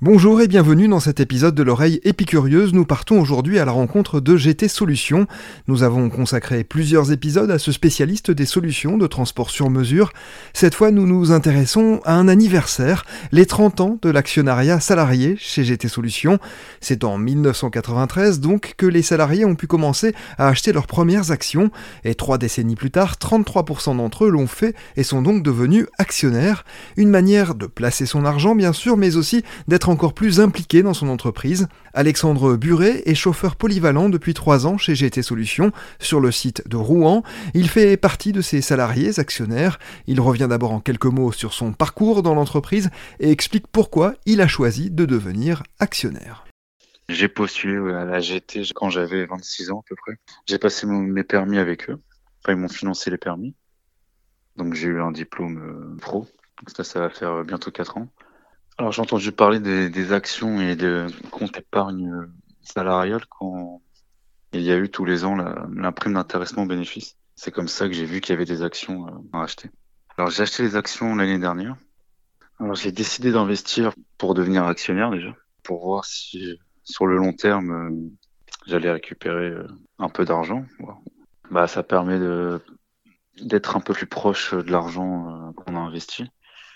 Bonjour et bienvenue dans cet épisode de l'oreille épicurieuse. Nous partons aujourd'hui à la rencontre de GT Solutions. Nous avons consacré plusieurs épisodes à ce spécialiste des solutions de transport sur mesure. Cette fois, nous nous intéressons à un anniversaire, les 30 ans de l'actionnariat salarié chez GT Solutions. C'est en 1993 donc que les salariés ont pu commencer à acheter leurs premières actions. Et 3 décennies plus tard, 33% d'entre eux l'ont fait et sont donc devenus actionnaires. Une manière de placer son argent bien sûr, mais aussi d'être encore plus impliqué dans son entreprise. Alexandre Buret est chauffeur polyvalent depuis 3 ans chez GT Solutions, sur le site de Rouen. Il fait partie de ses salariés actionnaires. Il revient d'abord en quelques mots sur son parcours dans l'entreprise et explique pourquoi il a choisi de devenir actionnaire. J'ai postulé à la GT quand j'avais 26 ans à peu près. J'ai passé mes permis avec eux. Enfin, ils m'ont financé les permis. Donc j'ai eu un diplôme pro. Donc ça va faire bientôt 4 ans. Alors j'ai entendu parler des actions et de compte épargne salariale quand il y a eu tous les ans la prime d'intéressement bénéfice. C'est comme ça que j'ai vu qu'il y avait des actions à acheter. Alors j'ai acheté les actions l'année dernière. Alors j'ai décidé d'investir pour devenir actionnaire déjà, pour voir si sur le long terme j'allais récupérer un peu d'argent. Bah ça permet d'être un peu plus proche de l'argent qu'on a investi.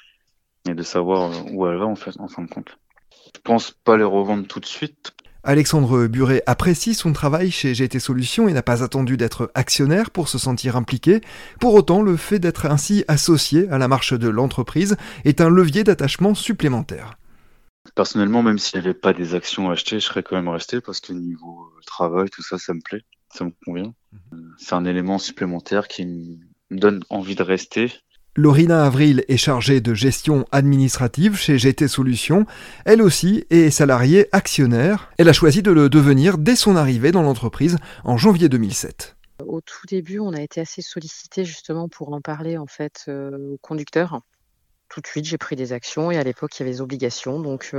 Et de savoir où elle va en fin de compte. Je pense pas les revendre tout de suite. Alexandre Buret apprécie son travail chez GT Solutions et n'a pas attendu d'être actionnaire pour se sentir impliqué. Pour autant, le fait d'être ainsi associé à la marche de l'entreprise est un levier d'attachement supplémentaire. Personnellement, même s'il n'y avait pas des actions à acheter, je serais quand même resté parce que niveau travail, tout ça, ça me plaît, ça me convient. C'est un élément supplémentaire qui me donne envie de rester. Laurina Avril est chargée de gestion administrative chez GT Solutions. Elle aussi est salariée actionnaire. Elle a choisi de le devenir dès son arrivée dans l'entreprise en janvier 2007. Au tout début, on a été assez sollicité justement pour en parler en fait aux conducteurs. Tout de suite, j'ai pris des actions et à l'époque, il y avait des obligations. Donc,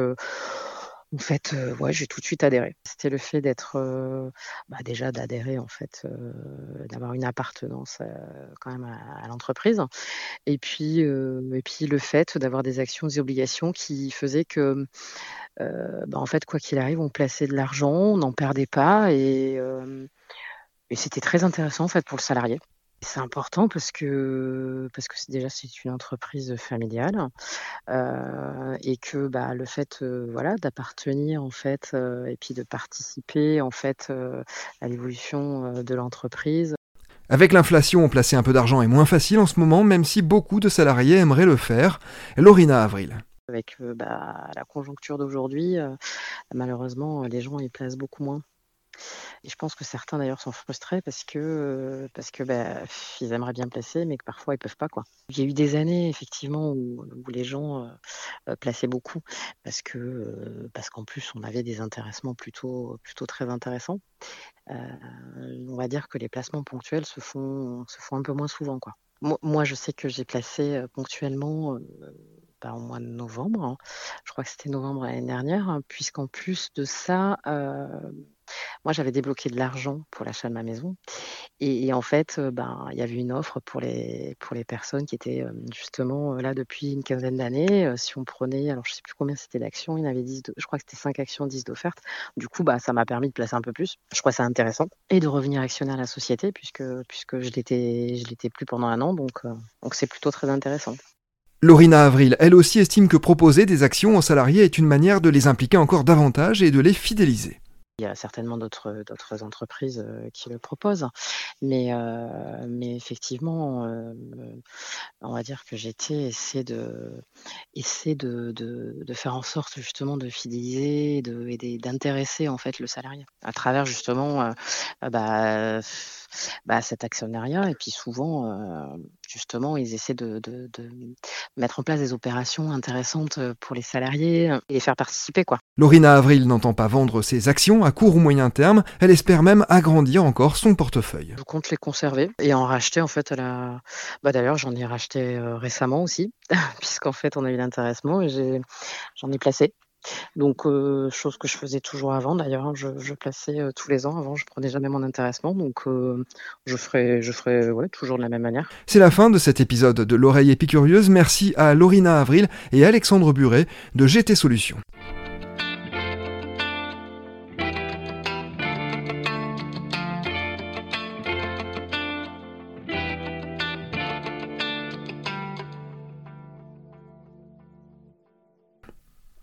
j'ai tout de suite adhéré. C'était le fait d'être, déjà d'adhérer en fait, d'avoir une appartenance quand même à l'entreprise. Et puis le fait d'avoir des actions, des obligations qui faisaient que, en fait, quoi qu'il arrive, on plaçait de l'argent, on n'en perdait pas et c'était très intéressant en fait pour le salarié. C'est important parce que c'est une entreprise familiale, et que, le fait, d'appartenir en fait, et puis de participer en fait, à l'évolution, de l'entreprise. Avec l'inflation, placer un peu d'argent est moins facile en ce moment, même si beaucoup de salariés aimeraient le faire. Laurina Avril. Avec, la conjoncture d'aujourd'hui, malheureusement, les gens y placent beaucoup moins. Et je pense que certains d'ailleurs sont frustrés parce que ils aimeraient bien placer, mais que parfois ils peuvent pas, quoi. Il y a eu des années effectivement où les gens plaçaient beaucoup parce qu'en plus on avait des intéressements plutôt très intéressants. On va dire que les placements ponctuels se font un peu moins souvent, quoi. Moi je sais que j'ai placé ponctuellement au mois de novembre, hein. Je crois que c'était novembre l'année dernière, hein, puisqu'en plus de ça, moi j'avais débloqué de l'argent pour l'achat de ma maison et en fait, il y avait une offre pour les personnes qui étaient, justement, là depuis une quinzaine d'années. Si on prenait, alors je sais plus combien c'était d'actions, il y en avait 10 je crois que c'était 5 actions, 10 d'offertes. Du coup, ça m'a permis de placer un peu plus. Je trouvais ça intéressant et de revenir actionnaire à la société puisque je l'étais plus pendant 1 an, donc c'est plutôt très intéressant. Laurina Avril, elle aussi estime que proposer des actions aux salariés est une manière de les impliquer encore davantage et de les fidéliser. Il y a certainement d'autres entreprises qui le proposent, mais effectivement, on va dire que GT essaie de faire en sorte justement de fidéliser et d'intéresser en fait le salarié à travers justement cet actionnariat. Et puis souvent, justement, ils essaient de mettre en place des opérations intéressantes pour les salariés et les faire participer, quoi. Laurina Avril n'entend pas vendre ses actions à court ou moyen terme, elle espère même agrandir encore son portefeuille. Je compte les conserver et en racheter en fait d'ailleurs j'en ai racheté récemment aussi, puisqu'en fait on a eu l'intéressement et j'en ai placé. Donc chose que je faisais toujours avant d'ailleurs, hein, je plaçais tous les ans. Avant je prenais jamais mon intéressement, donc je ferai toujours de la même manière. C'est la fin de cet épisode de l'oreille épicurieuse. Merci à Laurina Avril et Alexandre Buret de GT Solutions.